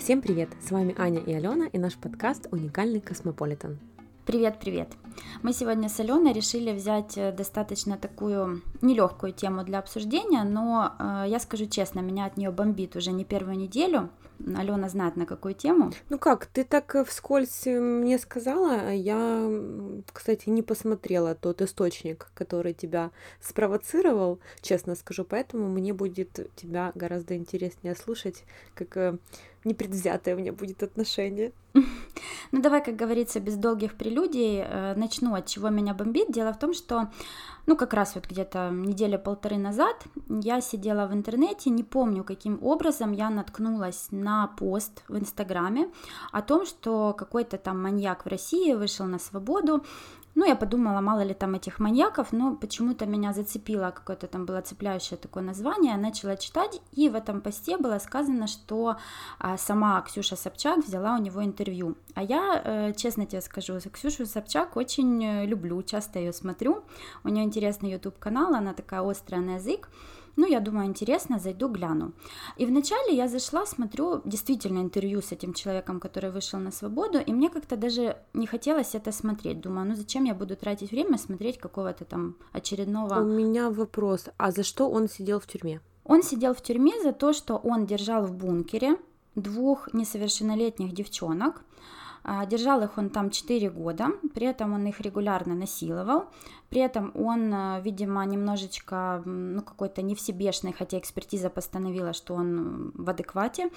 Всем привет! С вами Аня и Алена и наш подкаст «Уникальный Космополитен». Привет-привет! Мы сегодня с Аленой решили взять достаточно такую нелегкую тему для обсуждения, но я скажу честно, меня от нее бомбит уже не первую неделю. Алена знает, на какую тему. Ну как, ты так вскользь мне сказала, а я, кстати, не посмотрела тот источник, который тебя спровоцировал, честно скажу, поэтому мне будет тебя гораздо интереснее слушать, как непредвзятое у меня будет отношение. Ну давай, как говорится, без долгих прелюдий начну, от чего меня бомбит. Дело в том, что как раз вот где-то недели-полторы назад я сидела в интернете, не помню, каким образом я наткнулась на пост в Инстаграме о том, что какой-то там маньяк в России вышел на свободу. Я подумала, мало ли там этих маньяков, но почему-то меня зацепило, какое-то там было цепляющее такое название, я начала читать, и в этом посте было сказано, что сама Ксюша Собчак взяла у него интервью. А я, честно тебе скажу, Ксюшу Собчак очень люблю, часто ее смотрю, у нее интересный YouTube-канал, она такая острая на язык. Я думаю, интересно, зайду, гляну. И вначале я зашла, смотрю действительно интервью с этим человеком, который вышел на свободу, и мне как-то даже не хотелось это смотреть. Думаю, зачем я буду тратить время смотреть какого-то там очередного... У меня вопрос, а за что он сидел в тюрьме? Он сидел в тюрьме за то, что он держал в бункере 2 несовершеннолетних девчонок. Держал их он там 4 года, при этом он их регулярно насиловал, при этом он, видимо, немножечко, какой-то не в себешный, хотя экспертиза постановила, что он в адеквате.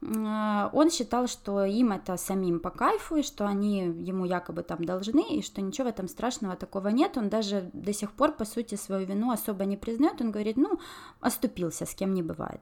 Он считал, что им это самим по кайфу, и что они ему якобы там должны, и что ничего в этом страшного такого нет. Он даже до сих пор, по сути, свою вину особо не признает. Он говорит, оступился, с кем не бывает.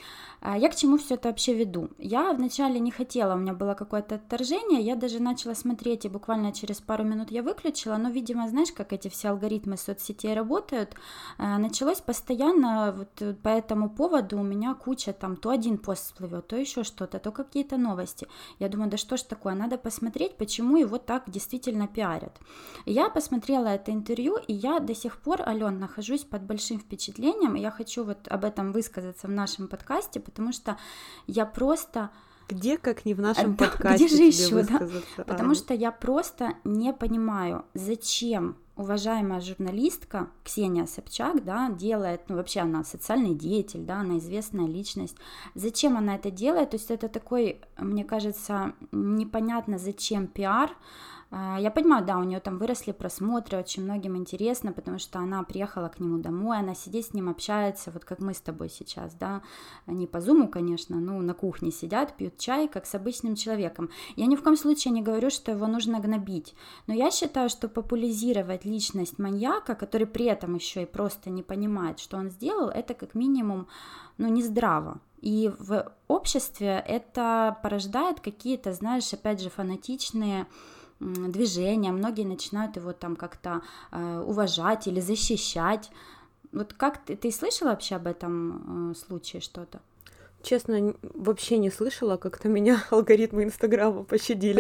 Я к чему все это вообще веду? Я вначале не хотела, у меня было какое-то отторжение, я даже начала смотреть, и буквально через пару минут я выключила, но, видимо, знаешь, как эти все алгоритмы соцсетей работают, началось постоянно, вот по этому поводу у меня куча там, то один пост всплывет, то еще что-то, то какие-то новости. Я думаю, да что ж такое, надо посмотреть, почему его так действительно пиарят. И я посмотрела это интервью, и я до сих пор, Ален, нахожусь под большим впечатлением, и я хочу вот об этом высказаться в нашем подкасте, потому что я просто... Где, как не в нашем подкасте, где же еще, высказаться? Да? Потому что я просто не понимаю, зачем уважаемая журналистка Ксения Собчак, делает, вообще она социальный деятель, она известная личность, зачем она это делает, то есть это такой, мне кажется, непонятно зачем пиар. Я понимаю, у нее там выросли просмотры, очень многим интересно, потому что она приехала к нему домой, она сидит с ним, общается, вот как мы с тобой сейчас, не по зуму, конечно, на кухне сидят, пьют чай, как с обычным человеком. Я ни в коем случае не говорю, что его нужно гнобить, но я считаю, что популяризировать личность маньяка, который при этом еще и просто не понимает, что он сделал, это как минимум, нездраво. И в обществе это порождает какие-то, знаешь, опять же, фанатичные движения, многие начинают его там как-то уважать или защищать. Вот как ты слышала вообще об этом случае что-то? Честно, вообще не слышала, как-то меня алгоритмы Инстаграма пощадили.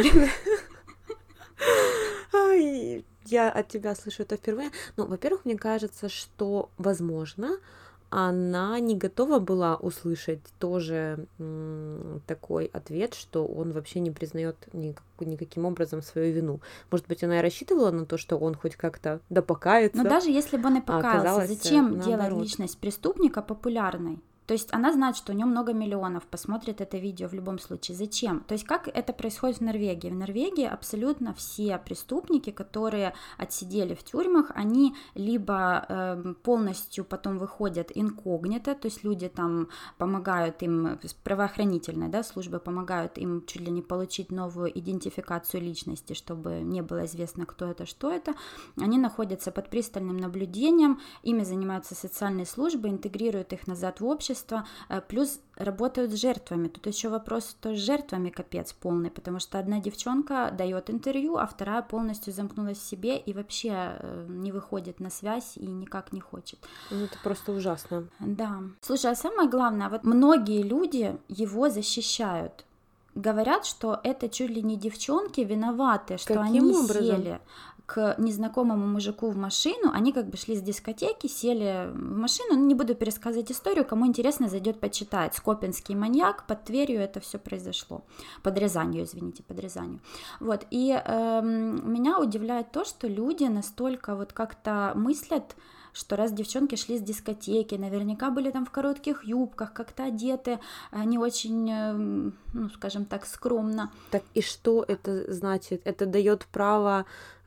Я от тебя слышу это впервые. Во-первых, мне кажется, что, возможно, она не готова была услышать тоже такой ответ, что он вообще не признает никаким образом свою вину. Может быть, она и рассчитывала на то, что он хоть как-то покается. Но даже если бы он и покаялся, зачем делать личность преступника популярной? То есть она знает, что у нее много миллионов, посмотрит это видео в любом случае. Зачем? То есть как это происходит в Норвегии? В Норвегии абсолютно все преступники, которые отсидели в тюрьмах, они либо полностью потом выходят инкогнито, то есть люди там помогают им, правоохранительные службы помогают им чуть ли не получить новую идентификацию личности, чтобы не было известно, кто это, что это. Они находятся под пристальным наблюдением, ими занимаются социальные службы, интегрируют их назад в общество, плюс работают с жертвами. Тут еще вопрос, что с жертвами капец полный, потому что одна девчонка дает интервью, а вторая полностью замкнулась в себе и вообще не выходит на связь и никак не хочет. Это просто ужасно. Да. Слушай, а самое главное, вот многие люди его защищают. Говорят, что это чуть ли не девчонки виноваты, что Каким они образом? сели. к незнакомому мужику в машину, они как бы шли с дискотеки, сели в машину, не буду пересказывать историю, кому интересно, зайдет почитать. Скопинский маньяк, под Тверью это все произошло, под Рязанью. Вот, и меня удивляет то, что люди настолько вот как-то мыслят, что раз девчонки шли с дискотеки, наверняка были там в коротких юбках, как-то одеты, не очень, ну, скажем так, скромно. Так и что это значит? Это дает право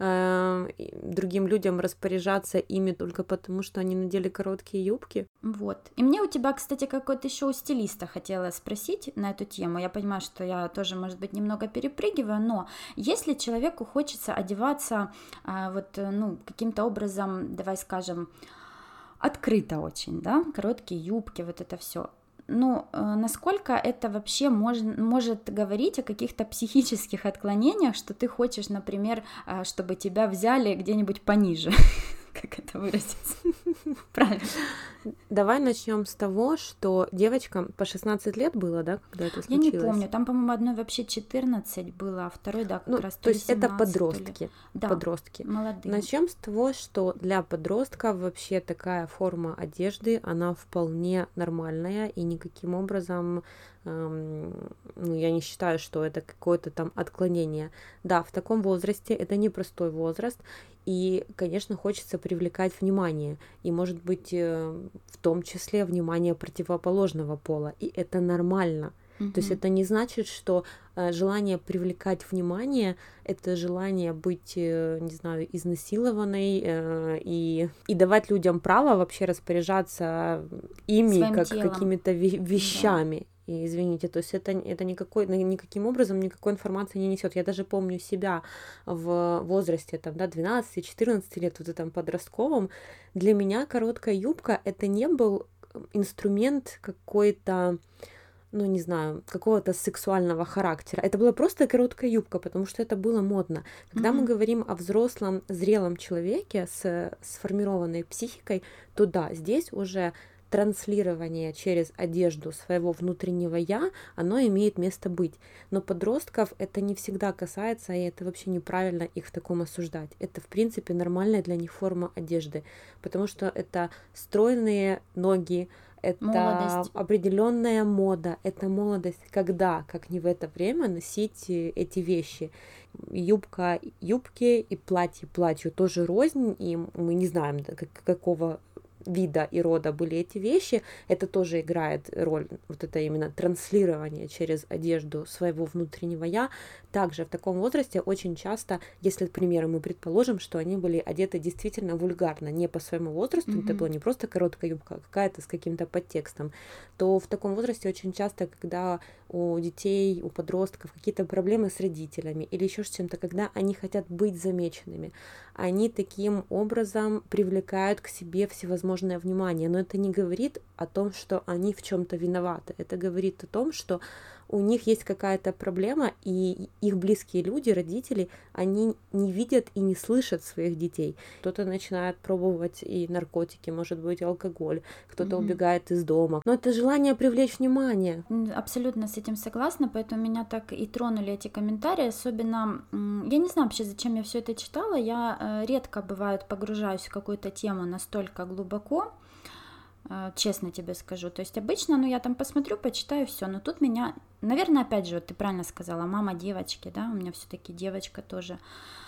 другим людям распоряжаться ими только потому, что они надели короткие юбки? Вот. И мне у тебя, кстати, как вот еще у стилиста хотела спросить на эту тему. Я понимаю, что я тоже, может быть, немного перепрыгиваю, но если человеку хочется одеваться вот, ну, каким-то образом, давай скажем, открыто очень, да, короткие юбки, вот это все. Ну, насколько это вообще может говорить о каких-то психических отклонениях, что ты хочешь, например, чтобы тебя взяли где-нибудь пониже, как это выразиться? Правильно. Давай начнем с того, что девочкам по 16 лет было, да, когда это случилось? Я не помню, там, по-моему, одной вообще 14 было, а второй, да, как ну, раз то есть 17, это подростки, да, подростки. Молодые. Начнем с того, что для подростков вообще такая форма одежды, она вполне нормальная, и никаким образом, ну, я не считаю, что это какое-то там отклонение. Да, в таком возрасте, это непростой возраст, и, конечно, хочется привлекать внимание, и, может быть, в том числе внимание противоположного пола, и это нормально. То есть это не значит, что желание привлекать внимание — это желание быть, не знаю, изнасилованной и давать людям право вообще распоряжаться ими своим как телом. какими-то вещами. Да. И, извините, то есть это никаким образом никакой информации не несет. Я даже помню себя в возрасте там, да, 12-14 лет, вот этом подростковом. Для меня короткая юбка — это не был инструмент какой-то, ну, не знаю, какого-то сексуального характера. Это была просто короткая юбка, потому что это было модно. Когда мы говорим о взрослом, зрелом человеке с сформированной психикой, то да, здесь уже транслирование через одежду своего внутреннего «я», оно имеет место быть. Но подростков это не всегда касается, и это вообще неправильно их в таком осуждать. Это, в принципе, нормальная для них форма одежды, потому что это стройные ноги, это молодость. Определенная мода, это молодость. Когда, как не в это время, носить эти вещи? Юбка юбке и платье платью тоже рознь, и мы не знаем, какого вида и рода были эти вещи, это тоже играет роль, вот это именно транслирование через одежду своего внутреннего «я». Также в таком возрасте очень часто, если, к примеру, мы предположим, что они были одеты действительно вульгарно, не по своему возрасту, это была не просто короткая юбка, а какая-то с каким-то подтекстом, то в таком возрасте очень часто, когда у детей, у подростков какие-то проблемы с родителями или еще с чем-то, когда они хотят быть замеченными, они таким образом привлекают к себе всевозможное внимание. Но это не говорит о том, что они в чем-то виноваты. Это говорит о том, что у них есть какая-то проблема, и их близкие люди, родители, они не видят и не слышат своих детей. Кто-то начинает пробовать и наркотики, может быть, алкоголь, кто-то убегает из дома. Но это желание привлечь внимание. Абсолютно с этим согласна, поэтому меня так и тронули эти комментарии, особенно, я не знаю вообще, зачем я все это читала, я редко, бывает, погружаюсь в какую-то тему настолько глубоко, честно тебе скажу. То есть обычно, ну, я там посмотрю, почитаю, все, но тут меня, наверное, опять же, вот ты правильно сказала, мама девочки, да, у меня все-таки девочка тоже.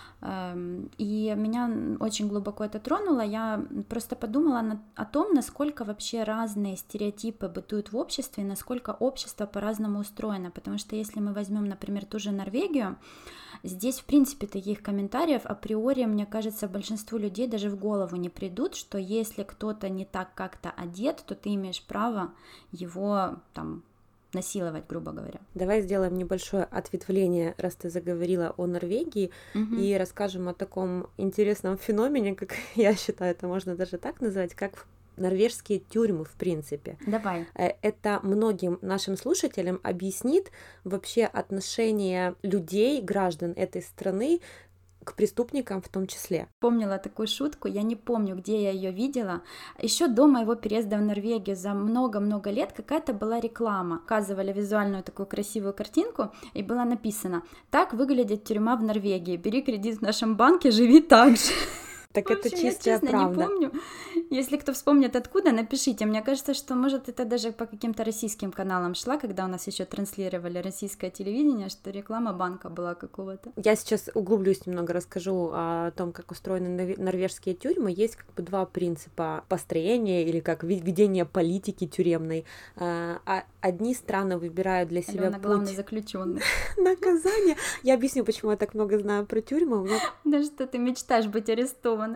И меня очень глубоко это тронуло. Я просто подумала о том, насколько вообще разные стереотипы бытуют в обществе, и насколько общество по-разному устроено. Потому что если мы возьмем, например, ту же Норвегию, здесь, в принципе, таких комментариев априори, мне кажется, большинству людей даже в голову не придут, что если кто-то не так как-то одет, то ты имеешь право его там насиловать, грубо говоря. Давай сделаем небольшое ответвление, раз ты заговорила о Норвегии, и расскажем о таком интересном феномене, как я считаю, это можно даже так назвать, как норвежские тюрьмы, в принципе. Давай. Это многим нашим слушателям объяснит вообще отношение людей, граждан этой страны к преступникам в том числе. Помнила такую шутку, я не помню, где я ее видела. Еще до моего переезда в Норвегию за много-много лет какая-то была реклама. Показывали визуальную такую красивую картинку, и было написано: «Так выглядит тюрьма в Норвегии. Бери кредит в нашем банке, живи так же». Так в общем, это чистая я, честно, правда. не помню. Если кто вспомнит откуда, напишите. Мне кажется, что, может, это даже по каким-то российским каналам шла, когда у нас еще транслировали российское телевидение, что реклама банка была какого-то. Я сейчас углублюсь немного, расскажу о том, как устроены норвежские тюрьмы. Есть как бы два принципа построения или как ведения политики тюремной. Одни страны выбирают для себя Алена, главный заключенный. Наказание. Я объясню, почему я так много знаю про тюрьмы. Да что ты мечтаешь быть арестованной.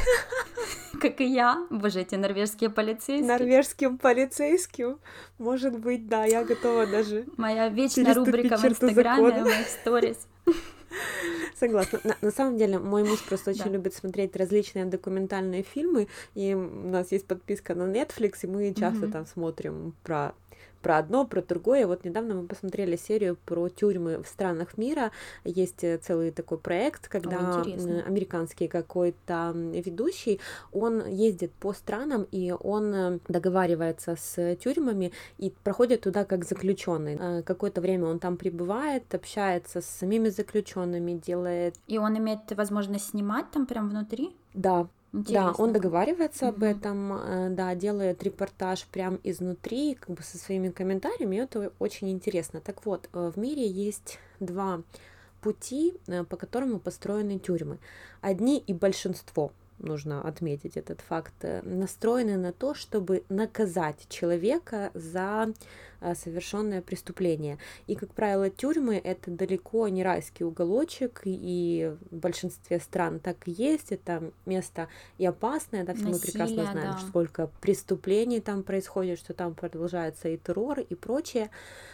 Как и я. Боже, эти норвежские полицейские. Норвежским полицейским. Может быть, да, я готова даже. Моя вечная рубрика в Инстаграме, в моих сторис. Согласна. На самом деле, мой муж просто очень любит смотреть различные документальные фильмы, и у нас есть подписка на Netflix, и мы часто там смотрим про одно, про другое. Вот недавно мы посмотрели серию про тюрьмы в странах мира. Есть целый такой проект, когда американский какой-то ведущий, он ездит по странам, и он договаривается с тюрьмами и проходит туда как заключенный. Какое-то время он там пребывает, общается с самими заключенными, делает... И он имеет возможность снимать там прям внутри? Да. Интересно. Да, он договаривается об этом, да, делает репортаж прям изнутри, как бы со своими комментариями, и это очень интересно. Так вот, в мире есть два пути, по которым построены тюрьмы. Одни, и большинство, нужно отметить этот факт, настроены на то, чтобы наказать человека за совершенное преступление. И, как правило, тюрьмы — это далеко не райский уголочек, и в большинстве стран так и есть. Это место и опасное, да, все мы прекрасно знаем, да. сколько преступлений там происходит, что там продолжается и террор, и прочее.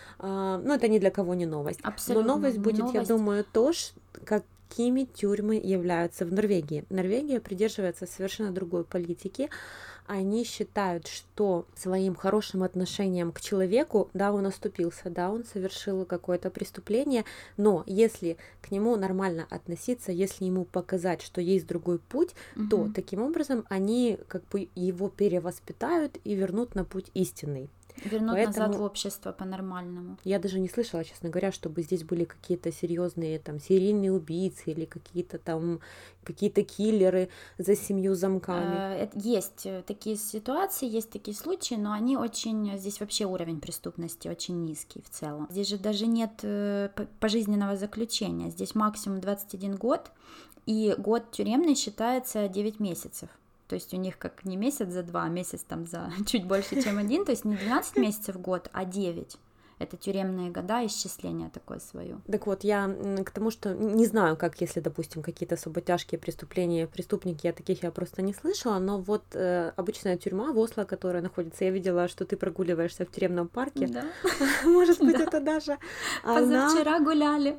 Но это ни для кого не новость. Абсолютно. Но новость будет, я думаю, то, какими тюрьмы являются в Норвегии. Норвегия придерживается совершенно другой политики. Они считают, что своим хорошим отношением к человеку, да, он оступился, да, он совершил какое-то преступление, но если к нему нормально относиться, если ему показать, что есть другой путь, то таким образом они как бы его перевоспитают и вернут на путь истинный. Вернуть назад в общество по-нормальному. Я даже не слышала, честно говоря, чтобы здесь были какие-то серьезные там серийные убийцы или какие-то киллеры за 7 замками. Есть такие ситуации, есть такие случаи, но они здесь вообще уровень преступности очень низкий в целом. Здесь же даже нет пожизненного заключения, здесь максимум 21 год, и год тюремный считается 9 месяцев. То есть у них как не месяц за 2, а месяц там за чуть больше, чем 1, то есть не 12 месяцев в год, а 9. Это тюремные года, исчисление такое свое. Так вот, я к тому, что не знаю, как если, допустим, какие-то особо тяжкие преступники, таких я просто не слышала, но вот обычная тюрьма в Осло, которая находится, я видела, что ты прогуливаешься в тюремном парке. Да. Может быть, это даже... Позавчера гуляли.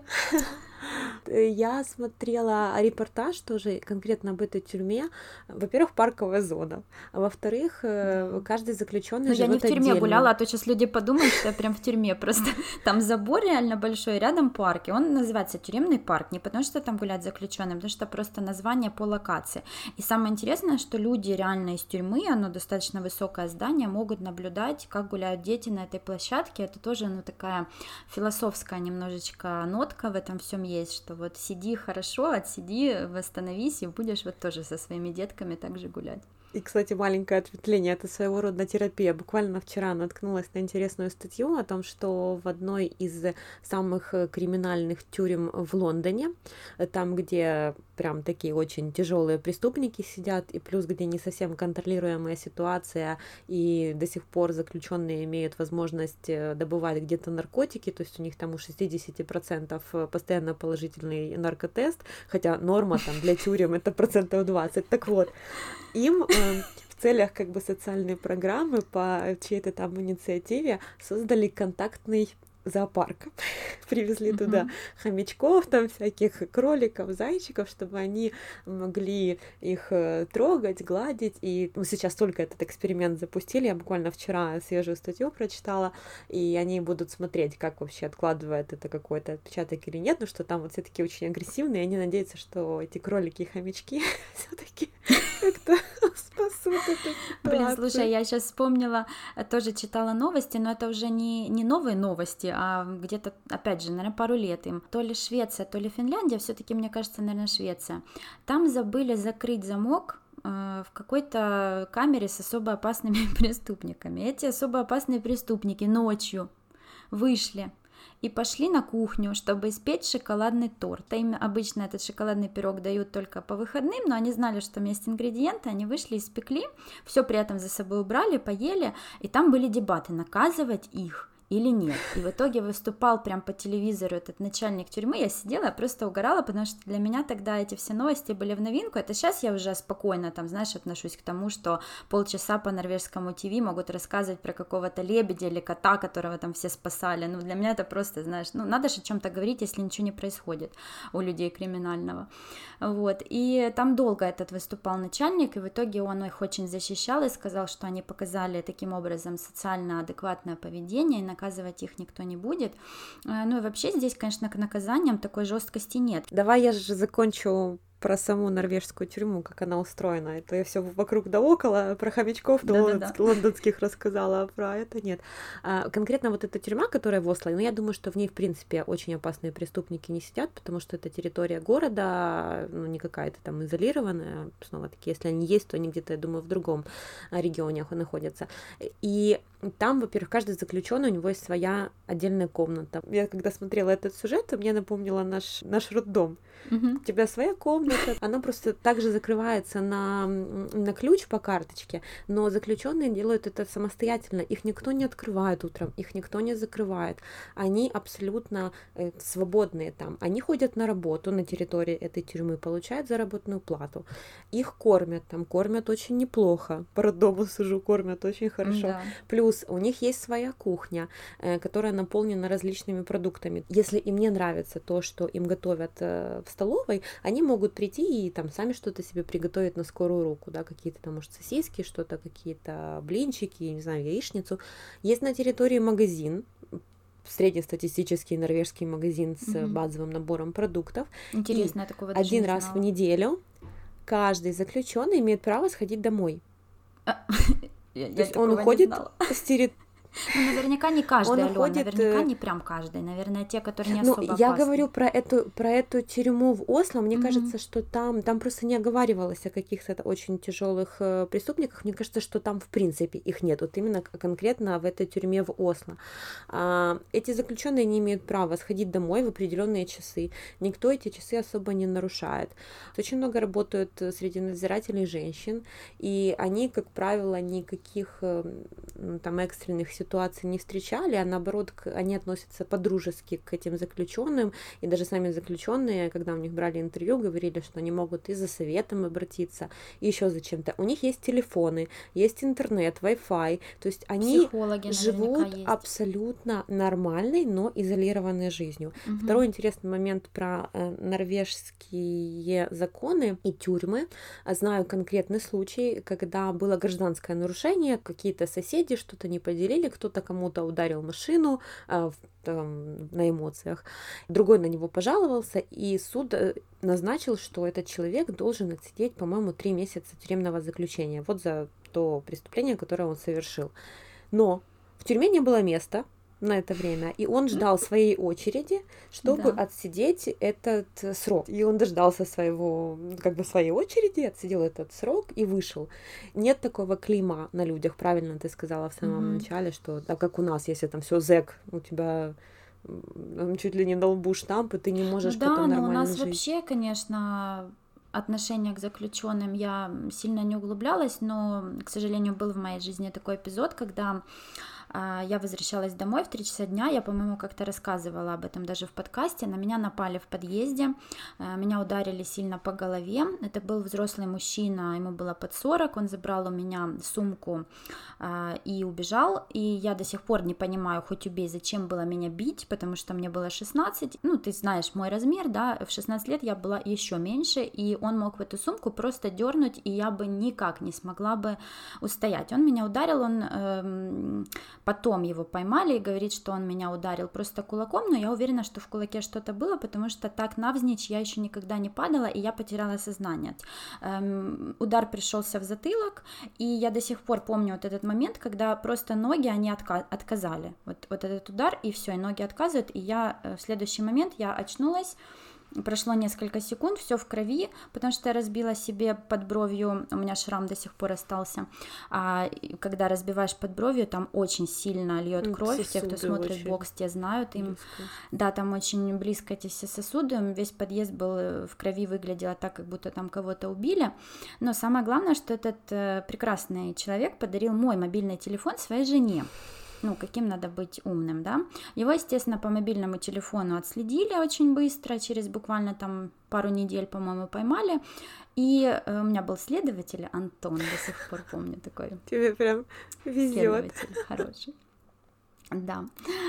Я смотрела репортаж тоже конкретно об этой тюрьме. Во-первых, парковая зона, а во-вторых, каждый заключенный живет отдельно. Я не в тюрьме отдельно. гуляла, а то сейчас люди подумают, что я прям в тюрьме просто. Там забор реально большой, рядом парк, и он называется тюремный парк, не потому что там гулять заключенные, потому что просто название по локации. И самое интересное, что люди реально из тюрьмы, оно достаточно высокое здание, могут наблюдать, как гуляют дети на этой площадке. Это тоже, такая философская немножечко нотка в этом всем есть, что вот сиди хорошо, отсиди, восстановись, и будешь вот тоже со своими детками также гулять. И, кстати, маленькое ответвление, это своего рода терапия. Буквально вчера наткнулась на интересную статью о том, что в одной из самых криминальных тюрем в Лондоне, там, где прям такие очень тяжелые преступники сидят, и плюс где не совсем контролируемая ситуация, и до сих пор заключенные имеют возможность добывать где-то наркотики, то есть у них там у 60% постоянно положительный наркотест, хотя норма там для тюрем это 20%. Так вот, им в целях как бы социальной программы по чьей-то там инициативе создали контактный зоопарк. Привезли туда хомячков, там всяких кроликов, зайчиков, чтобы они могли их трогать, гладить. И сейчас только этот эксперимент запустили. Я буквально вчера свежую статью прочитала, и они будут смотреть, как вообще откладывает это какой-то отпечаток или нет, но что там вот все таки очень агрессивные, и они надеются, что эти кролики и хомячки все-таки как-то спасут эту ситуацию. Блин, слушай, я сейчас вспомнила, тоже читала новости, но это уже не новые новости, а где-то, опять же, наверное, пару лет им. То ли Швеция, то ли Финляндия, все-таки, мне кажется, наверное, Швеция. Там забыли закрыть замок в какой-то камере с особо опасными преступниками. Эти особо опасные преступники ночью вышли и пошли на кухню, чтобы испечь шоколадный торт. А им обычно этот шоколадный пирог дают только по выходным, но они знали, что там есть ингредиенты, они вышли, испекли, все при этом за собой убрали, поели, и там были дебаты, наказывать их или нет. И в итоге выступал прям по телевизору этот начальник тюрьмы, я сидела, я просто угорала, потому что для меня тогда эти все новости были в новинку. Это сейчас я уже спокойно, там, знаешь, отношусь к тому, что полчаса по норвежскому ТВ могут рассказывать про какого-то лебедя или кота, которого там все спасали. Ну, для меня это просто, знаешь, ну, надо же о чем-то говорить, если ничего не происходит у людей криминального. Вот, и там долго этот выступал начальник, и в итоге он их очень защищал и сказал, что они показали таким образом социально адекватное поведение, и наказывать их никто не будет. Ну и вообще здесь, конечно, к наказаниям такой жесткости нет. Давай я же закончу про саму норвежскую тюрьму, как она устроена. Это я все вокруг да около, про хомячков лондонских рассказала, а про это нет. Конкретно вот эта тюрьма, которая в Осло, ну, я думаю, что в ней, в принципе, очень опасные преступники не сидят, потому что это территория города, ну, не какая-то там изолированная, снова-таки, если они есть, то они где-то, я думаю, в другом регионе находятся. И там, во-первых, каждый заключенный, у него есть своя отдельная комната. Я когда смотрела этот сюжет, мне напомнила наш роддом. У тебя своя комната, она просто также закрывается на ключ по карточке, но заключенные делают это самостоятельно, их никто не открывает утром, их никто не закрывает, они абсолютно свободные там, они ходят на работу на территории этой тюрьмы, получают заработную плату, их кормят очень неплохо, по роддому сужу, кормят очень хорошо, да. Плюс у них есть своя кухня, которая наполнена различными продуктами, если им не нравится то, что им готовят в столовой, они могут прийти и там сами что-то себе приготовить на скорую руку, да, какие-то там, может, сосиски, что-то, какие-то блинчики, не знаю, яичницу. Есть на территории магазин, среднестатистический норвежский магазин с базовым набором продуктов. Интересно, я такого даже один раз в неделю каждый заключенный имеет право сходить домой. То есть он уходит с территории. Ну, наверняка не каждый, Алёна, наверняка не прям каждый, наверное, те, которые не особо опасны. Я говорю про эту тюрьму в Осло, мне кажется, что там просто не оговаривалось о каких-то очень тяжелых преступниках, мне кажется, что там в принципе их нет, вот именно конкретно в этой тюрьме в Осло. Эти заключенные не имеют права сходить домой в определенные часы, никто эти часы особо не нарушает. Очень много работают среди надзирателей женщин, и они, как правило, никаких там экстренных ситуаций не встречали, а наоборот, они относятся по-дружески к этим заключенным, и даже сами заключенные, когда у них брали интервью, говорили, что они могут и за советом обратиться, и еще зачем-то. У них есть телефоны, есть интернет, Wi-Fi, то есть они живут абсолютно нормальной, но изолированной жизнью. Второй интересный момент про норвежские законы и тюрьмы. Знаю конкретный случай, когда было гражданское нарушение, какие-то соседи что-то не поделили, кто-то кому-то ударил машину на эмоциях, другой на него пожаловался, и суд назначил, что этот человек должен отсидеть, по-моему, 3 месяца тюремного заключения, вот за то преступление, которое он совершил. Но в тюрьме не было места на это время, и он ждал своей очереди, чтобы отсидеть этот срок. И он дождался своей очереди, отсидел этот срок и вышел. Нет такого клейма на людях, правильно ты сказала в самом начале, что так как у нас, если там все зэк, у тебя чуть ли не на лбу штамп, и ты не можешь потом нормально жить. Да, но у нас вообще, конечно, отношение к заключенным я сильно не углублялась, но, к сожалению, был в моей жизни такой эпизод, когда Я возвращалась домой в 3 часа дня, я, по-моему, как-то рассказывала об этом даже в подкасте. На меня напали в подъезде, меня ударили сильно по голове. Это был взрослый мужчина, ему было под 40, он забрал у меня сумку и убежал. И я до сих пор не понимаю, хоть убей, зачем было меня бить, потому что мне было 16. Ну, ты знаешь мой размер, да, в 16 лет я была еще меньше, и он мог в эту сумку просто дернуть, и я бы никак не смогла бы устоять. Он меня ударил, он потом его поймали и говорит, что он меня ударил просто кулаком, но я уверена, что в кулаке что-то было, потому что так навзничь я еще никогда не падала, и я потеряла сознание. Удар пришелся в затылок, и я до сих пор помню вот этот момент, когда просто ноги, они отказали. Вот этот удар, и все, и ноги отказывают, и я в следующий момент я очнулась. Прошло несколько секунд, все в крови, потому что я разбила себе под бровью, у меня шрам до сих пор остался, когда разбиваешь под бровью, там очень сильно льет кровь, те, кто смотрит бокс, те знают, им, да, там очень близко эти все сосуды, весь подъезд был в крови, выглядело так, как будто там кого-то убили, но самое главное, что этот прекрасный человек подарил мой мобильный телефон своей жене. Ну, каким надо быть умным, да. Его, естественно, по мобильному телефону отследили очень быстро, через буквально там пару недель, по-моему, поймали. И у меня был следователь Антон, до сих пор помню такой. Тебе прям везет. Следователь хороший. Да,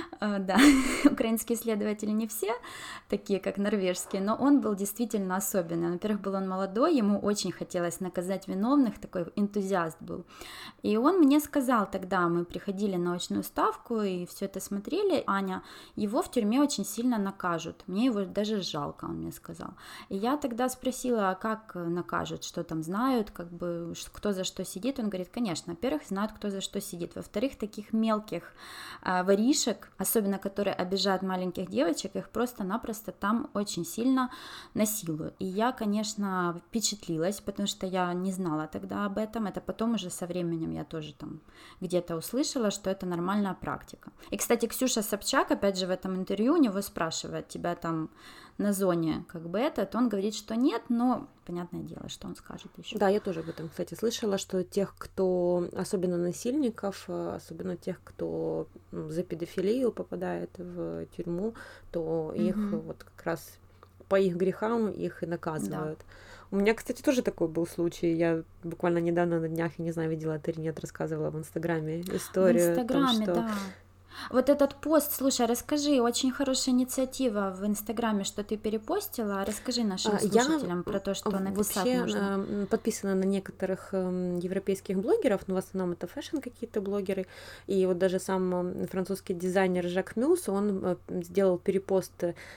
украинские следователи не все такие, как норвежские, но он был действительно особенный. Во-первых, был он молодой, ему очень хотелось наказать виновных, такой энтузиаст был. И он мне сказал тогда, мы приходили на очную ставку и все это смотрели, Аня, его в тюрьме очень сильно накажут, мне его даже жалко, он мне сказал. И я тогда спросила, а как накажут, что там знают, как бы, кто за что сидит, он говорит, конечно, во-первых, знают, кто за что сидит, во-вторых, таких мелких воришек, особенно которые обижают маленьких девочек, их просто-напросто там очень сильно насилуют. И я, конечно, впечатлилась, потому что я не знала тогда об этом, это потом уже со временем я тоже там где-то услышала, что это нормальная практика. И, кстати, Ксюша Собчак, опять же, в этом интервью у него спрашивает, тебя там на зоне как бы он говорит, что нет, но понятное дело, что он скажет еще. Да, я тоже об этом, кстати, слышала, что тех, кто, особенно насильников, особенно тех, кто за педофилию попадает в тюрьму, то их вот как раз по их грехам их и наказывают. Да. У меня, кстати, тоже такой был случай. Я буквально недавно на днях, я не знаю, видела ты или нет, рассказывала в Инстаграме историю. В Инстаграме, о том, что... да. Вот этот пост, слушай, расскажи, очень хорошая инициатива в Инстаграме, что ты перепостила, расскажи нашим слушателям про то, что написать вообще нужно. Подписана на некоторых европейских блогеров, но в основном это фэшн какие-то блогеры, и вот даже сам французский дизайнер Жак Мюс, он сделал перепост,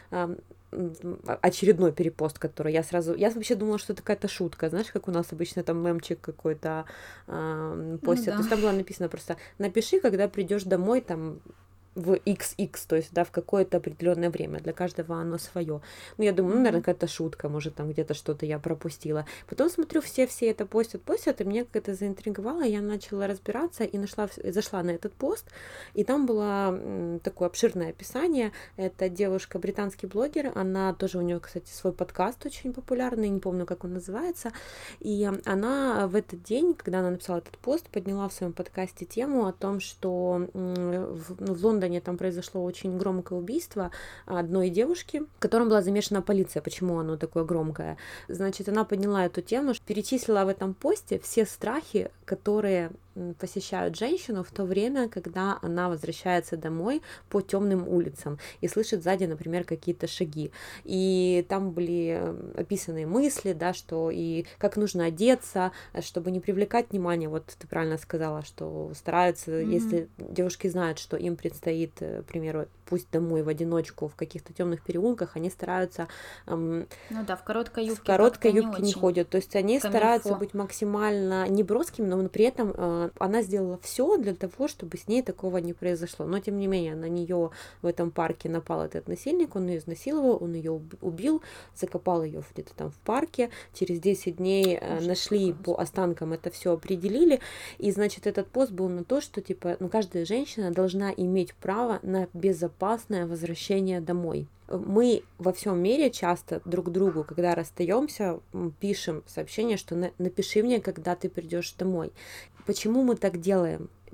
очередной перепост, который я вообще думала, что это какая-то шутка, знаешь, как у нас обычно там мемчик какой-то постят, ну, да. То есть там было написано просто напиши, когда придешь домой там в XX, то есть, да, в какое-то определенное время, для каждого оно свое. Ну, я думаю, наверное, какая-то шутка, может, там где-то что-то я пропустила. Потом смотрю, все это постят, и меня как-то заинтриговало, я начала разбираться и зашла на этот пост, и там было такое обширное описание. Это девушка, британский блогер, она тоже, у нее, кстати, свой подкаст очень популярный, не помню, как он называется, и она в этот день, когда она написала этот пост, подняла в своем подкасте тему о том, что в Лондоне там произошло очень громкое убийство одной девушки, в котором была замешана полиция. Почему оно такое громкое? Значит, она подняла эту тему, перечислила в этом посте все страхи, которые посещают женщину в то время, когда она возвращается домой по темным улицам и слышит сзади, например, какие-то шаги. И там были описаны мысли, да, что и как нужно одеться, чтобы не привлекать внимание. Вот ты правильно сказала, что стараются, если девушки знают, что им предстоит, к примеру, пусть домой в одиночку в каких-то темных переулках, они стараются ну да, в короткой юбке, не ходят. То есть они стараются быть максимально не броскими, но при этом она сделала все для того, чтобы с ней такого не произошло. Но тем не менее на нее в этом парке напал этот насильник, он ее изнасиловал, он ее убил, закопал ее где-то там в парке. Через 10 дней нашли по останкам, это все определили. И значит этот пост был на то, что типа, каждая женщина должна иметь право на безопасное возвращение домой. Мы во всем мире часто друг другу, когда расстаемся, пишем сообщение, что напиши мне, когда ты придешь домой. Почему мы так делаем?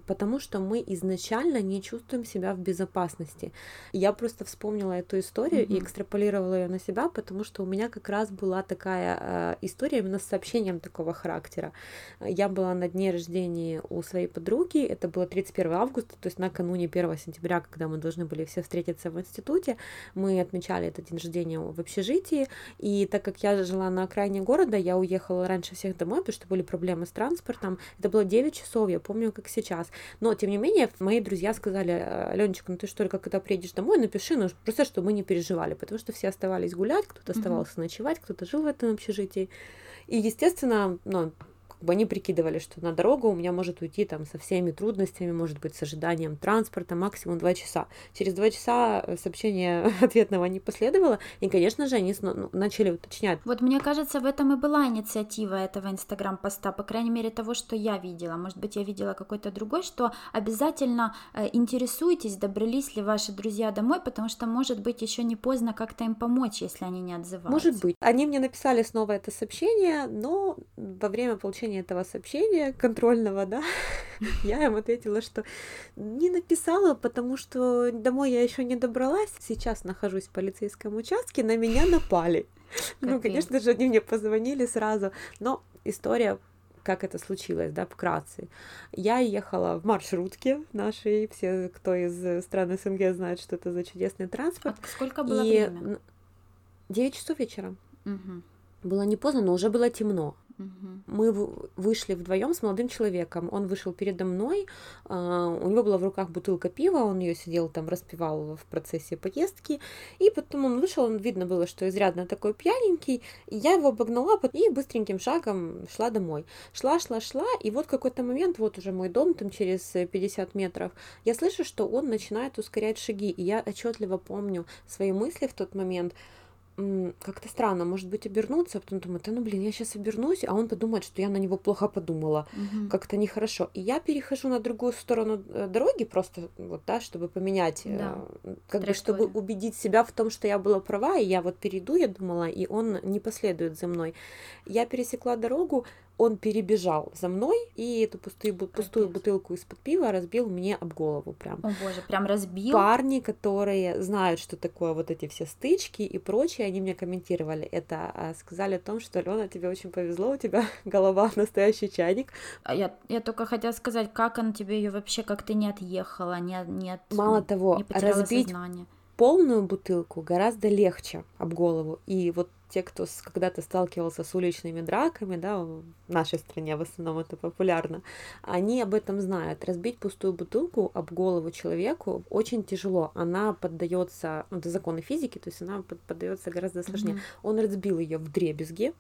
потому что мы изначально не чувствуем себя в безопасности. Я просто вспомнила эту историю и экстраполировала ее на себя, потому что у меня как раз была такая история именно с сообщением такого характера. Я была на дне рождения у своей подруги, это было 31 августа, то есть накануне 1 сентября, когда мы должны были все встретиться в институте, мы отмечали этот день рождения в общежитии, и так как я жила на окраине города, я уехала раньше всех домой, потому что были проблемы с транспортом. Это было 9 часов, я помню, как сейчас. Но, тем не менее, мои друзья сказали: Аленочка, ну ты что, когда приедешь домой, напиши, ну просто, чтобы мы не переживали, потому что все оставались гулять, кто-то оставался ночевать, кто-то жил в этом общежитии. И, естественно, ну, они прикидывали, что на дорогу у меня может уйти там со всеми трудностями, может быть, с ожиданием транспорта, максимум 2 часа. Через 2 часа сообщения ответного не последовало, и, конечно же, они начали уточнять. Вот мне кажется, в этом и была инициатива этого инстаграм-поста, по крайней мере, того, что я видела. Может быть, я видела какой-то другой, что обязательно интересуйтесь, добрались ли ваши друзья домой, потому что, может быть, еще не поздно как-то им помочь, если они не отзываются. Может быть. Они мне написали снова это сообщение, но во время получения этого сообщения контрольного, да, я им ответила, что не написала, потому что домой я еще не добралась. Сейчас нахожусь в полицейском участке, на меня напали. Ну, конечно же, они мне позвонили сразу, но история, как это случилось, да, вкратце. Я ехала в маршрутке нашей, все, кто из стран СНГ знает, что это за чудесный транспорт. А сколько было время? 9 часов вечера. Было не поздно, но уже было темно. Мы вышли вдвоем с молодым человеком. Он вышел передо мной, у него была в руках бутылка пива, он ее сидел там, распивал в процессе поездки, и потом он вышел, видно было, что изрядно такой пьяненький, и я его обогнала и быстреньким шагом шла домой. Шла, и вот в какой-то момент, вот уже мой дом, там через 50 метров, я слышу, что он начинает ускорять шаги, и я отчетливо помню свои мысли в тот момент. Как-то странно, может быть, обернуться, а потом думаю, я сейчас обернусь, а он подумает, что я на него плохо подумала, как-то нехорошо. И я перехожу на другую сторону дороги, просто вот, да, чтобы поменять, как бы, чтобы убедить себя в том, что я была права, и я вот перейду, я думала, и он не последует за мной. Я пересекла дорогу, он перебежал за мной и эту пустую бутылку из-под пива разбил мне об голову прям. О боже, прям разбил? Парни, которые знают, что такое вот эти все стычки и прочее, они мне комментировали это, сказали о том, что: Алена, тебе очень повезло, у тебя голова настоящий чайник. Я только хотела сказать, как он тебе ее вообще, как ты не отъехала, Мало того, не потеряла разбить сознание. Полную бутылку гораздо легче об голову. И вот те, кто когда-то сталкивался с уличными драками, да, в нашей стране в основном это популярно, они об этом знают. Разбить пустую бутылку об голову человеку очень тяжело. Она поддается, это законы физики, то есть она поддается гораздо сложнее. Он разбил ее вдребезги,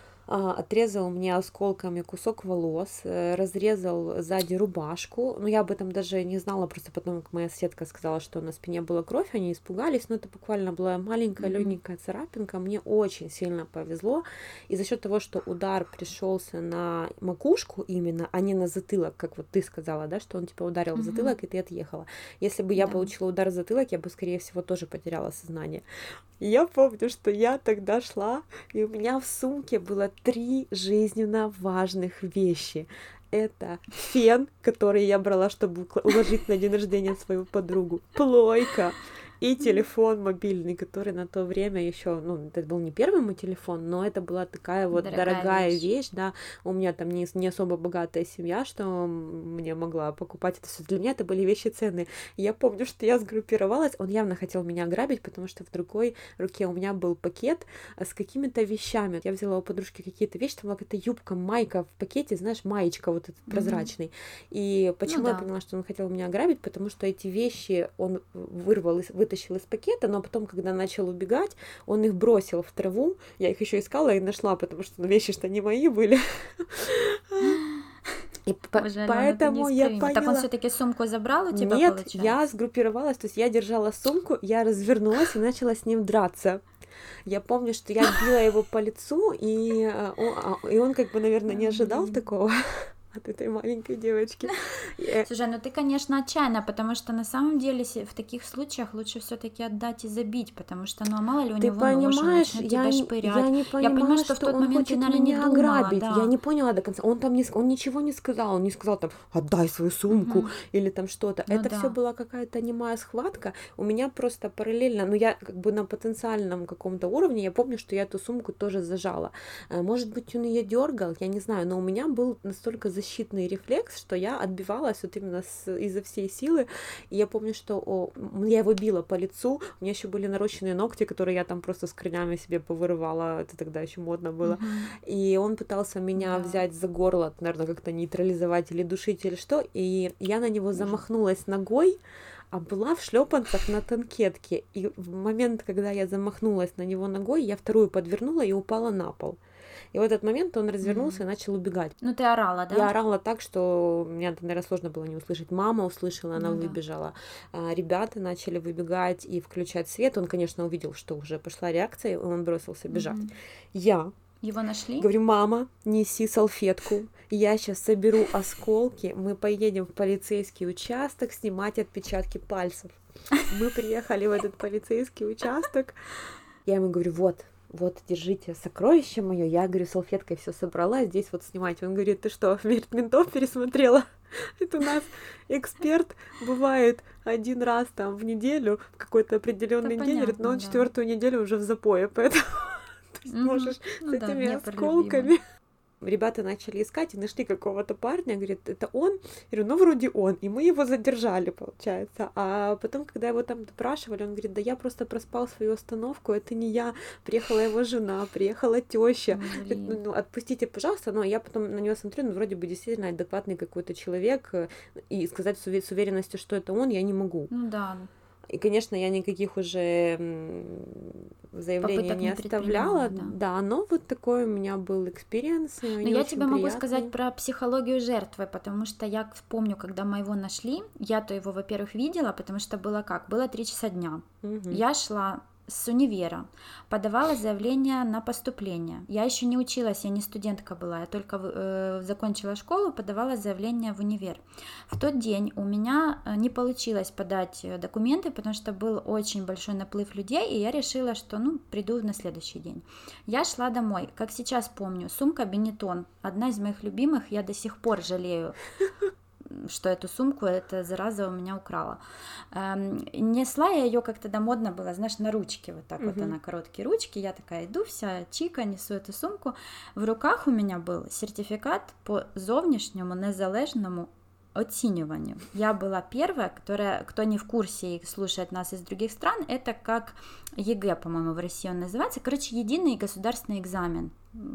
отрезал мне осколками кусок волос, разрезал сзади рубашку. Но я об этом даже не знала, просто потом, как моя соседка сказала, что на спине была кровь, они испугались, но это буквально была маленькая легенькая царапинка. Мне очень сильно повезло, и за счет того, что удар пришелся на макушку именно, а не на затылок, как вот ты сказала, да, что он тебя ударил в затылок, и ты отъехала. Если бы я получила удар в затылок, я бы, скорее всего, тоже потеряла сознание. И я помню, что я тогда шла, и у меня в сумке было 3 жизненно важных вещи. Это фен, который я брала, чтобы уложить на день рождения свою подругу, плойка и телефон мобильный, который на то время еще, ну, это был не первый мой телефон, но это была такая вот дорогая вещь, да, у меня там не особо богатая семья, что мне могла покупать это все. Для меня это были вещи ценные. И я помню, что я сгруппировалась, он явно хотел меня ограбить, потому что в другой руке у меня был пакет с какими-то вещами. Я взяла у подружки какие-то вещи, там была какая-то юбка, майка в пакете, знаешь, маечка вот этот прозрачный. И почему я поняла, что он хотел меня ограбить? Потому что эти вещи он вытащил из пакета, но потом, когда начал убегать, он их бросил в траву. Я их еще искала и нашла, потому что вещи-то не мои были. И поэтому я поняла... Так он все-таки сумку забрал у тебя, Нет, получается? я сгруппировалась, то есть я держала сумку, я развернулась и начала с ним драться. Я помню, что я била его по лицу, и он как бы, наверное, не ожидал такого. от этой маленькой девочки. Слушай, ну ты, конечно, отчаянна, потому что на самом деле в таких случаях лучше все-таки отдать и забить, потому что, ну, а мало ли у Ты него нож, он понимаешь, начнет тебя шпырять. я не Я понимаю, понимала, что в что тот он момент ты, хочет наверное, не меня думала, ограбить. Я да. не поняла до конца. Он ничего не сказал. Он не сказал там, отдай свою сумку Мгм. или там что-то. Ну Это все да. была какая-то немая схватка. У меня просто параллельно, ну я как бы на потенциальном каком-то уровне, я помню, что я эту сумку тоже зажала. Может быть, он ее дергал, я не знаю, но у меня был настолько защитный рефлекс, что я отбивалась вот именно изо всей силы. И я помню, что я его била по лицу, у меня еще были нарощенные ногти, которые я там просто с корнями себе повырывала, это тогда еще модно было. Мгм. И он пытался меня Да. взять за горло, наверное, как-то нейтрализовать или душить или что, и я на него замахнулась ногой, а была в шлепанцах на танкетке. И в момент, когда я замахнулась на него ногой, я вторую подвернула и упала на пол. И в этот момент он развернулся и начал убегать. Ну ты орала, да? Я орала так, что мне, наверное, сложно было не услышать. Мама услышала, она Ну да. выбежала. Ребята начали выбегать и включать свет. Он, конечно, увидел, что уже пошла реакция, и он бросился бежать. Мгм. Я Его нашли? говорю, мама, неси салфетку, я сейчас соберу осколки, мы поедем в полицейский участок снимать отпечатки пальцев. Мы приехали в этот полицейский участок, я ему говорю, вот, держите сокровище мое, я, говорю, салфеткой все собрала, здесь вот снимать. Он говорит, ты что, «Смерть ментов» пересмотрела? Это у нас эксперт бывает один раз там в неделю, в какой-то определенный Это день, говорит, но он понятно, да. 4-ю неделю уже в запое, поэтому ты можешь Ну с да, этими Днепр осколками. любимый. Ребята начали искать и нашли какого-то парня, говорит, это он? Я говорю, ну вроде он, и мы его задержали, получается. А потом, когда его там допрашивали, он говорит, да я просто проспал свою остановку, это не я, приехала его жена, приехала теща, Блин. ну отпустите, пожалуйста, но я потом на него смотрю, ну вроде бы действительно адекватный какой-то человек, и сказать с уверенностью, что это он, я не могу. Ну да. И, конечно, я никаких уже заявлений Попыток не не оставляла, предпринимала, да. да, но вот такой у меня был экспириенс, Но не я очень тебе могу приятный. сказать про психологию жертвы, потому что я помню, когда моего нашли, я-то его, во-первых, видела, потому что было как? Было 3 часа дня. Мгм. Я шла с универа, подавала заявление на поступление. Я еще не училась, я не студентка была, я только закончила школу, подавала заявление в универ. В тот день у меня не получилось подать документы, потому что был очень большой наплыв людей, и я решила, что приду на следующий день. Я шла домой, как сейчас помню, сумка Бенетон, одна из моих любимых, я до сих пор жалею, что эту сумку эта зараза у меня украла. Несла я ее, как тогда модно было, знаешь, на ручке, вот так вот она, короткие ручки, я такая иду вся чика, несу эту сумку. В руках у меня был сертификат по зовнішньому незалежному оцениванию. Я была первая, которая, кто не в курсе и слушает нас из других стран, это как ЕГЭ, по-моему, в России он называется, короче, единый государственный экзамен.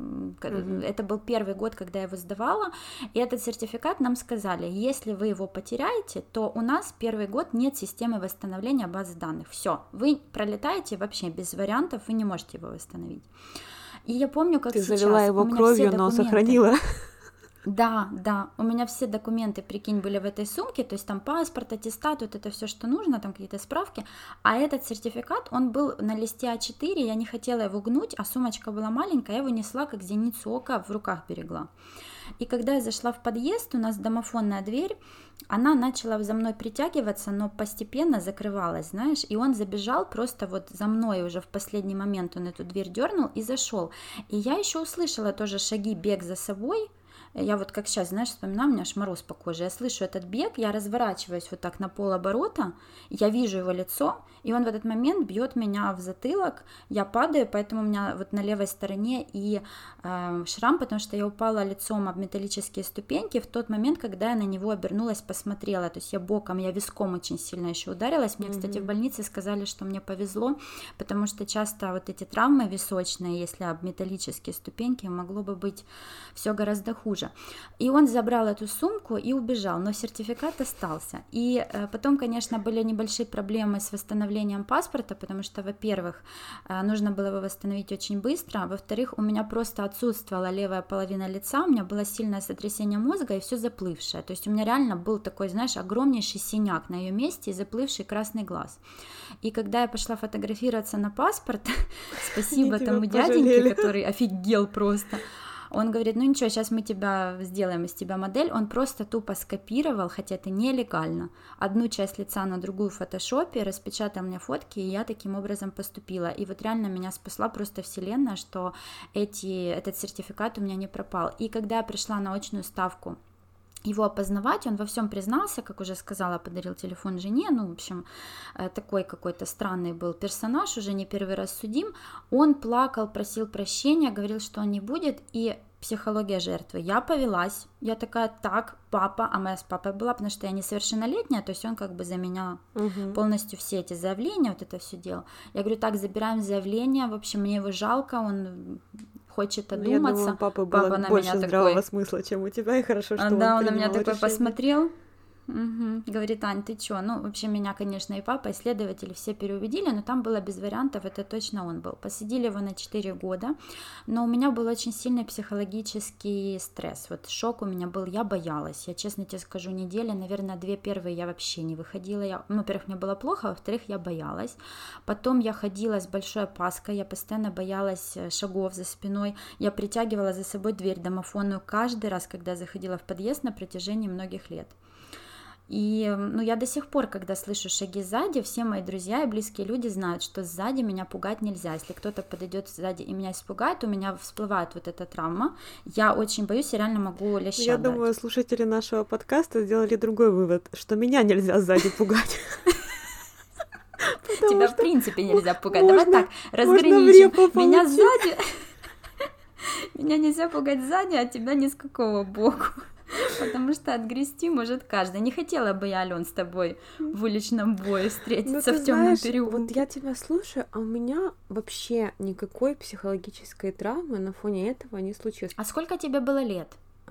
Это был первый год, когда я его сдавала, и этот сертификат нам сказали, если вы его потеряете, то у нас первый год нет системы восстановления базы данных. Все, вы пролетаете вообще без вариантов, вы не можете его восстановить. И я помню, как Ты сейчас залила его у меня кровью, все но документы... сохранила. Да, у меня все документы, прикинь, были в этой сумке, то есть там паспорт, аттестат, вот это все, что нужно, там какие-то справки, а этот сертификат, он был на листе А4, я не хотела его гнуть, а сумочка была маленькая, я его несла как зеницу ока, в руках берегла. И когда я зашла в подъезд, у нас домофонная дверь, она начала за мной притягиваться, но постепенно закрывалась, знаешь, и он забежал просто вот за мной уже в последний момент, он эту дверь дернул и зашел. И я еще услышала тоже шаги, бег за собой. Я вот как сейчас, знаешь, вспоминаю, у меня аж мороз по коже. Я слышу этот бег, я разворачиваюсь вот так на полоборота, я вижу его лицо, и он в этот момент бьет меня в затылок, я падаю, поэтому у меня вот на левой стороне и шрам, потому что я упала лицом об металлические ступеньки в тот момент, когда я на него обернулась, посмотрела, то есть я боком, я виском очень сильно еще ударилась. Мне, кстати, в больнице сказали, что мне повезло, потому что часто вот эти травмы височные, если об металлические ступеньки, могло бы быть все гораздо хуже. И он забрал эту сумку и убежал, но сертификат остался. И потом, конечно, были небольшие проблемы с восстановлением паспорта, потому что, во-первых, нужно было его восстановить очень быстро, а во-вторых, у меня просто отсутствовала левая половина лица, у меня было сильное сотрясение мозга и все заплывшее. То есть у меня реально был такой, знаешь, огромнейший синяк на ее месте и заплывший красный глаз. И когда я пошла фотографироваться на паспорт, спасибо тому дяденьке, который офигел просто, Он говорит, ну ничего, сейчас мы сделаем из тебя модель. Он просто тупо скопировал, хотя это нелегально, одну часть лица на другую в фотошопе, распечатал мне фотки, и я таким образом поступила. И вот реально меня спасла просто вселенная, что этот сертификат у меня не пропал. И когда я пришла на очную ставку его опознавать, он во всем признался, как уже сказала, подарил телефон жене, ну, в общем, такой какой-то странный был персонаж, уже не первый раз судим, он плакал, просил прощения, говорил, что он не будет, и психология жертвы. Я повелась, я такая, так, папа, а моя с папой была, потому что я несовершеннолетняя, то есть он как бы за меня полностью все эти заявления, вот это все делал. Я говорю, так, забираем заявление, в общем, мне его жалко, он хочет одуматься. Я думаю, папа было больше здравого смысла, чем у тебя, и хорошо, что да, он на меня такой посмотрел, говорит, Ань, ты чё? Ну, вообще меня, конечно, и папа, и следователи все переубедили, но там было без вариантов, это точно он был. Посадили его на 4 года, но у меня был очень сильный психологический стресс, вот шок у меня был, я боялась, я честно тебе скажу, недели, наверное, 2 первые я вообще не выходила, во-первых, мне было плохо, во-вторых, я боялась, потом я ходила с большой опаской, я постоянно боялась шагов за спиной, я притягивала за собой дверь домофонную каждый раз, когда заходила в подъезд на протяжении многих лет. И, я до сих пор, когда слышу шаги сзади, все мои друзья и близкие люди знают, что сзади меня пугать нельзя. Если кто-то подойдет сзади и меня испугает, у меня всплывает вот эта травма. Я очень боюсь, я реально могу леща Я дать. думаю, слушатели нашего подкаста сделали другой вывод, что меня нельзя сзади пугать. Тебя в принципе нельзя пугать. Давай так, разграничим. Меня сзади... Меня нельзя пугать сзади, а тебя ни с какого боку. Потому что отгрести может каждый. Не хотела бы я, Алён, с тобой в уличном бою встретиться в темном переулке. Вот я тебя слушаю, а у меня вообще никакой психологической травмы на фоне этого не случилось. А сколько тебе было лет?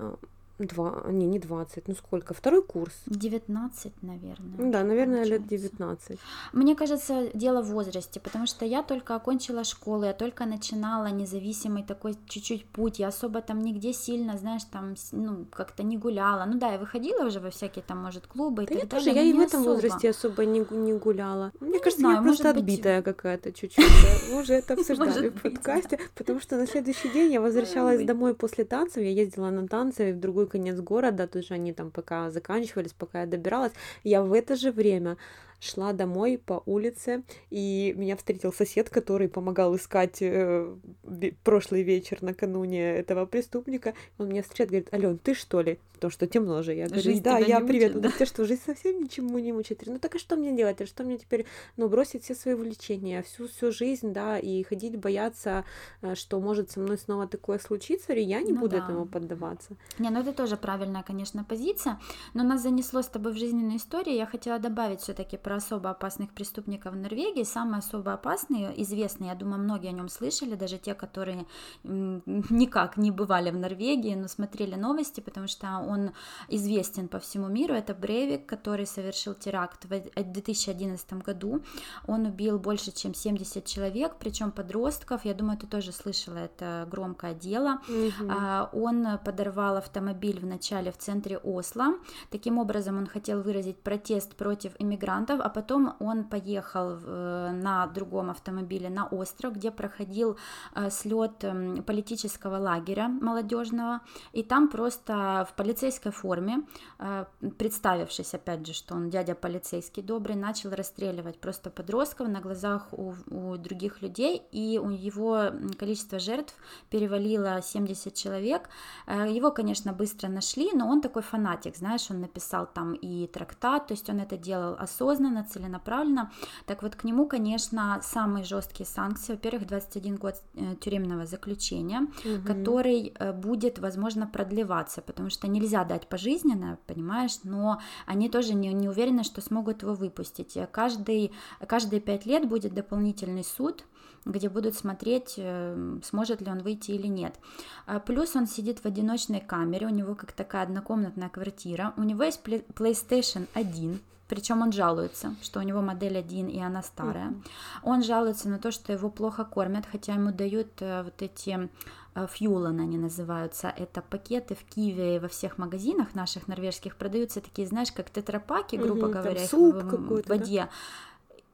Не 20, ну сколько? Второй курс. 19, наверное. Да, наверное, лет 19. Мне кажется, дело в возрасте, потому что я только окончила школу, я только начинала независимый такой чуть-чуть путь, я особо там нигде сильно, знаешь, там, как-то не гуляла. Ну да, я выходила уже во всякие там, может, клубы и так далее. Я и в этом возрасте особо не гуляла. Мне кажется, я просто отбитая какая-то чуть-чуть. Мы уже это обсуждали в подкасте, потому что на следующий день я возвращалась домой после танцев, я ездила на танцы в другой конец города, тут же они там пока заканчивались, пока я добиралась, я в это же время шла домой по улице, и меня встретил сосед, который помогал искать прошлый вечер накануне этого преступника. Он меня встретил, говорит, Алён, ты что ли? Потому что темно же. Я говорю, да, я привет. Да? Ты что, жизнь совсем ничему не мучает? Ну так а что мне делать? А что мне теперь, бросить все свои увлечения, всю жизнь, да, и ходить бояться, что может со мной снова такое случиться, или я не буду этому поддаваться? Это тоже правильная, конечно, позиция, но нас занесло с тобой в жизненную историю. Я хотела добавить все-таки про особо опасных преступников в Норвегии. Самый особо опасный, известный, я думаю, многие о нем слышали, даже те, которые никак не бывали в Норвегии, но смотрели новости, потому что он известен по всему миру. Это Брейвик, который совершил теракт в 2011 году. Он убил больше, чем 70 человек, причем подростков. Я думаю, ты тоже слышала это громкое дело. Он подорвал автомобиль вначале в центре Осло. Таким образом, он хотел выразить протест против иммигрантов, а потом он поехал на другом автомобиле на остров, где проходил слет политического лагеря молодежного, и там просто в полицейской форме, представившись опять же, что он дядя полицейский добрый, начал расстреливать просто подростков на глазах у других людей, и у его количество жертв перевалило 70 человек. Его, конечно, быстро нашли, но он такой фанатик, знаешь, он написал там и трактат, то есть он это делал осознанно, целенаправленно. Так вот, к нему, конечно, самые жесткие санкции. Во-первых, 21 год тюремного заключения, который будет, возможно, продлеваться, потому что нельзя дать пожизненно, понимаешь, но они тоже не уверены, что смогут его выпустить. Каждые 5 лет будет дополнительный суд, где будут смотреть, сможет ли он выйти или нет. Плюс он сидит в одиночной камере, у него как такая однокомнатная квартира, у него есть PlayStation 1, причем он жалуется, что у него модель 1 и она старая. Он жалуется на то, что его плохо кормят, хотя ему дают вот эти фьюлан они называются, это пакеты в Киеве и во всех магазинах наших норвежских продаются такие, знаешь, как тетрапаки, грубо говоря, суп в воде. Да?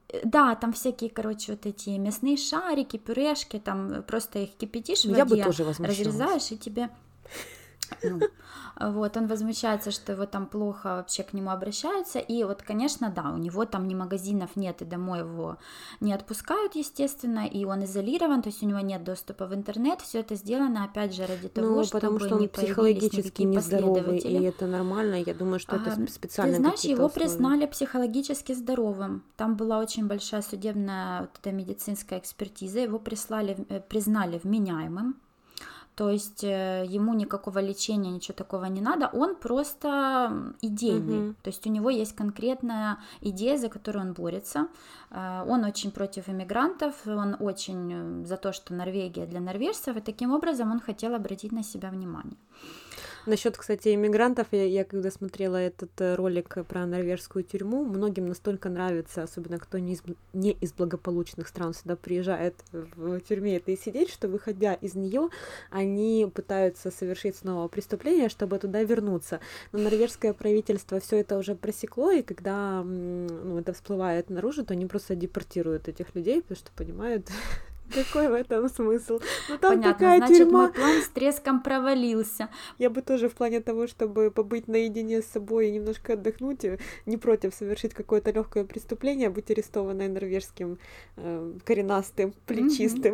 Да, там всякие, короче, вот эти мясные шарики, пюрешки, там просто их кипятишь в Я бы воде, тоже возмущалась. разрезаешь, и тебе... Ну, вот, он возмущается, что его там плохо вообще к нему обращаются, и вот, конечно, да, у него там ни магазинов нет, и домой его не отпускают, естественно, и он изолирован, то есть у него нет доступа в интернет, все это сделано, опять же, ради того, потому чтобы что он не появились психологически никакие нездоровый, и последователи. это нормально, я думаю, что это Ты специально знаешь, какие-то его условия. признали психологически здоровым. Там была очень большая судебная вот эта медицинская экспертиза, его признали вменяемым. То есть ему никакого лечения, ничего такого не надо, он просто идейный. То есть у него есть конкретная идея, за которую он борется. Он очень против иммигрантов, он очень за то, что Норвегия для норвежцев, и таким образом он хотел обратить на себя внимание. Насчет, кстати, иммигрантов, я когда смотрела этот ролик про норвежскую тюрьму, многим настолько нравится, особенно кто не из благополучных стран сюда приезжает в тюрьме это и сидеть, что, выходя из нее, они пытаются совершить снова преступление, чтобы туда вернуться. Но норвежское правительство все это уже просекло, и когда это всплывает наружу, то они просто депортируют этих людей, потому что понимают... Какой в этом смысл? Ну там понятно, такая значит, тюрьма. Мой план с треском провалился. Я бы тоже в плане того, чтобы побыть наедине с собой и немножко отдохнуть, не против совершить какое-то легкое преступление, быть арестованной норвежским коренастым, плечистым.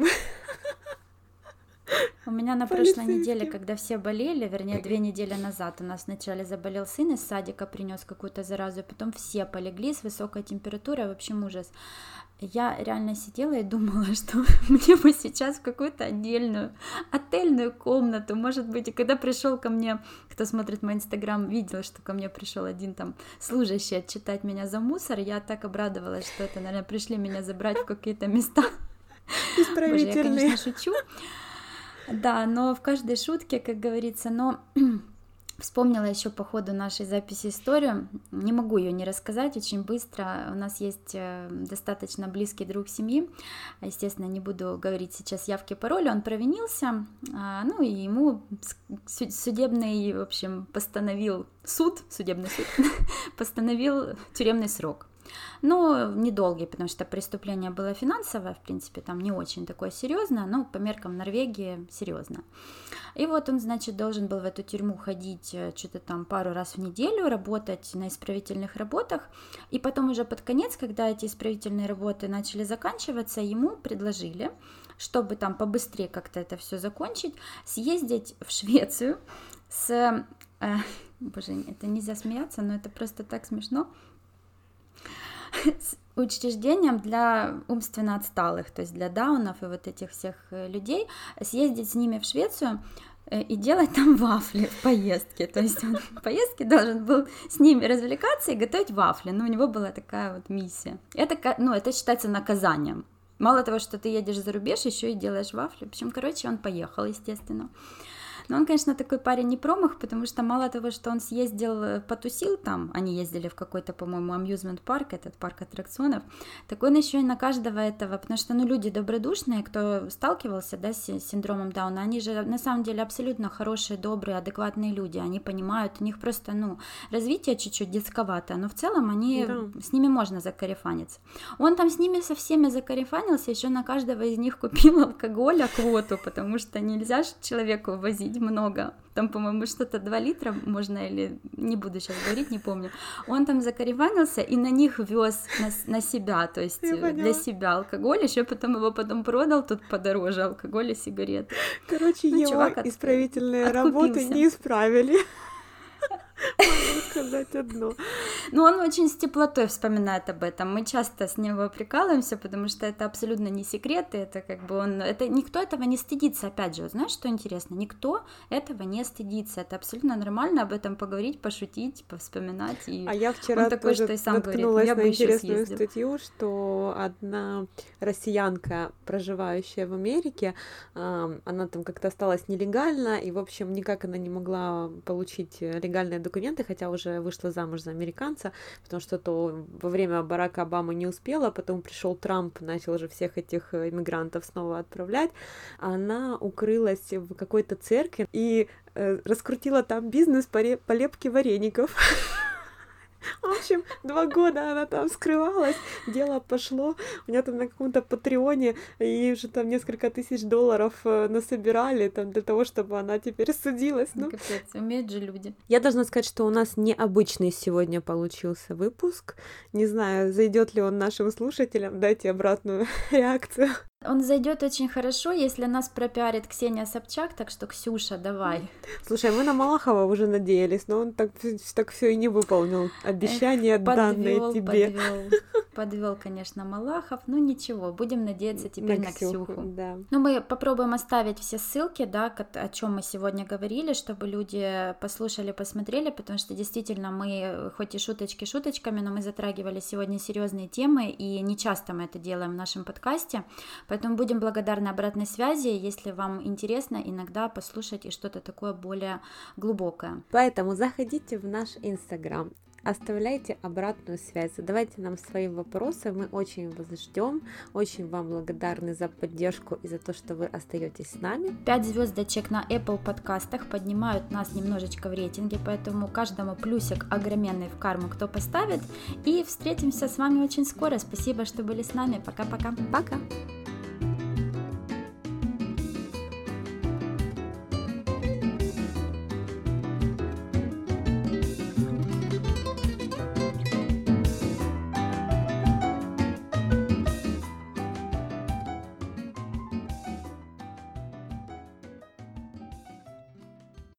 У меня на прошлой неделе, когда все болели, вернее, 2 недели назад, у нас вначале заболел сын из садика, принес какую-то заразу, потом все полегли с высокой температурой, в общем, ужас. Я реально сидела и думала, что мне бы сейчас в какую-то отдельную отельную комнату, может быть, и когда пришел ко мне, кто смотрит мой инстаграм, видел, что ко мне пришел один там служащий отчитать меня за мусор, я так обрадовалась, что это, наверное, пришли меня забрать в какие-то места. Боже, я, конечно, шучу. Да, но в каждой шутке, как говорится, но... Вспомнила еще по ходу нашей записи историю, не могу ее не рассказать очень быстро, у нас есть достаточно близкий друг семьи, естественно, не буду говорить сейчас явки, пароли, он провинился, ну и ему судебный, в общем, судебный суд постановил тюремный срок. Но недолгий, потому что преступление было финансовое, в принципе, там не очень такое серьезное, но по меркам Норвегии серьезно. И вот он, значит, должен был в эту тюрьму ходить что-то там пару раз в неделю, работать на исправительных работах, и потом уже под конец, когда эти исправительные работы начали заканчиваться, ему предложили, чтобы там побыстрее как-то это все закончить, съездить в Швецию с... Боже, это нельзя смеяться, но это просто так смешно, с учреждением для умственно отсталых, то есть для даунов и вот этих всех людей, съездить с ними в Швецию и делать там вафли в поездке. То есть он в поездке должен был с ними развлекаться и готовить вафли. Но у него была такая вот миссия. Это считается наказанием. Мало того, что ты едешь за рубеж, еще и делаешь вафли. В общем, он поехал, естественно. Но он, конечно, такой парень не промах, потому что мало того, что он съездил, потусил там, они ездили в какой-то, по-моему, амьюзмент-парк, этот парк аттракционов, так он еще и на каждого этого, потому что, люди добродушные, кто сталкивался, да, с синдромом Дауна, они же на самом деле абсолютно хорошие, добрые, адекватные люди, они понимают, у них просто, развитие чуть-чуть детсковатое, но в целом с ними можно закарифаниться. Он там с ними со всеми закарифанился, еще на каждого из них купил алкоголя, квоту, потому что нельзя же человеку возить много. Там, по-моему, что-то 2 литра можно, или не буду сейчас говорить, не помню. Он там закарифанился и на них вез на себя, то есть для себя алкоголь, еще потом его продал тут подороже, алкоголь и сигареты. Короче, его исправительные работы не исправили. Могу сказать одно. Но он очень с теплотой вспоминает об этом. Мы часто с него прикалываемся, потому что это абсолютно не секрет, и это никто этого не стыдится. Опять же, знаешь, что интересно? Никто этого не стыдится. Это абсолютно нормально об этом поговорить, пошутить, повспоминать. А я вчера тоже наткнулась на интересную статью, что одна россиянка, проживающая в Америке, она там как-то осталась нелегально, и, в общем, никак она не могла получить легальные документы, хотя уже вышла замуж за американца, потому что то во время Барака Обамы не успела, потом пришел Трамп, начал уже всех этих иммигрантов снова отправлять, она укрылась в какой-то церкви и раскрутила там бизнес по лепке вареников. В общем, 2 года она там скрывалась, дело пошло. У меня там на каком-то Патреоне ей уже там несколько тысяч долларов насобирали там для того, чтобы она теперь судилась. Ну, Капец, умеют же люди. я должна сказать, что у нас необычный сегодня получился выпуск. Не знаю, зайдет ли он нашим слушателям, дайте обратную реакцию. Он зайдет очень хорошо, если нас пропиарит Ксения Собчак, так что, Ксюша, давай. Слушай, мы на Малахова уже надеялись, но он так все и не выполнил обещания, данные тебе. Подвел, конечно, Малахов, но ничего, будем надеяться теперь на Ксюху. Да. Ну, мы попробуем оставить все ссылки, да, о чем мы сегодня говорили, чтобы люди послушали, посмотрели, потому что действительно мы, хоть и шуточки шуточками, но мы затрагивали сегодня серьезные темы, и не часто мы это делаем в нашем подкасте, поэтому будем благодарны обратной связи, если вам интересно иногда послушать и что-то такое более глубокое. Поэтому заходите в наш Инстаграм, оставляйте обратную связь, задавайте нам свои вопросы, мы очень вас ждем, очень вам благодарны за поддержку и за то, что вы остаетесь с нами. 5 звездочек на Apple подкастах поднимают нас немножечко в рейтинге, поэтому каждому плюсик огроменный в карму, кто поставит, и встретимся с вами очень скоро. Спасибо, что были с нами. Пока-пока. Пока!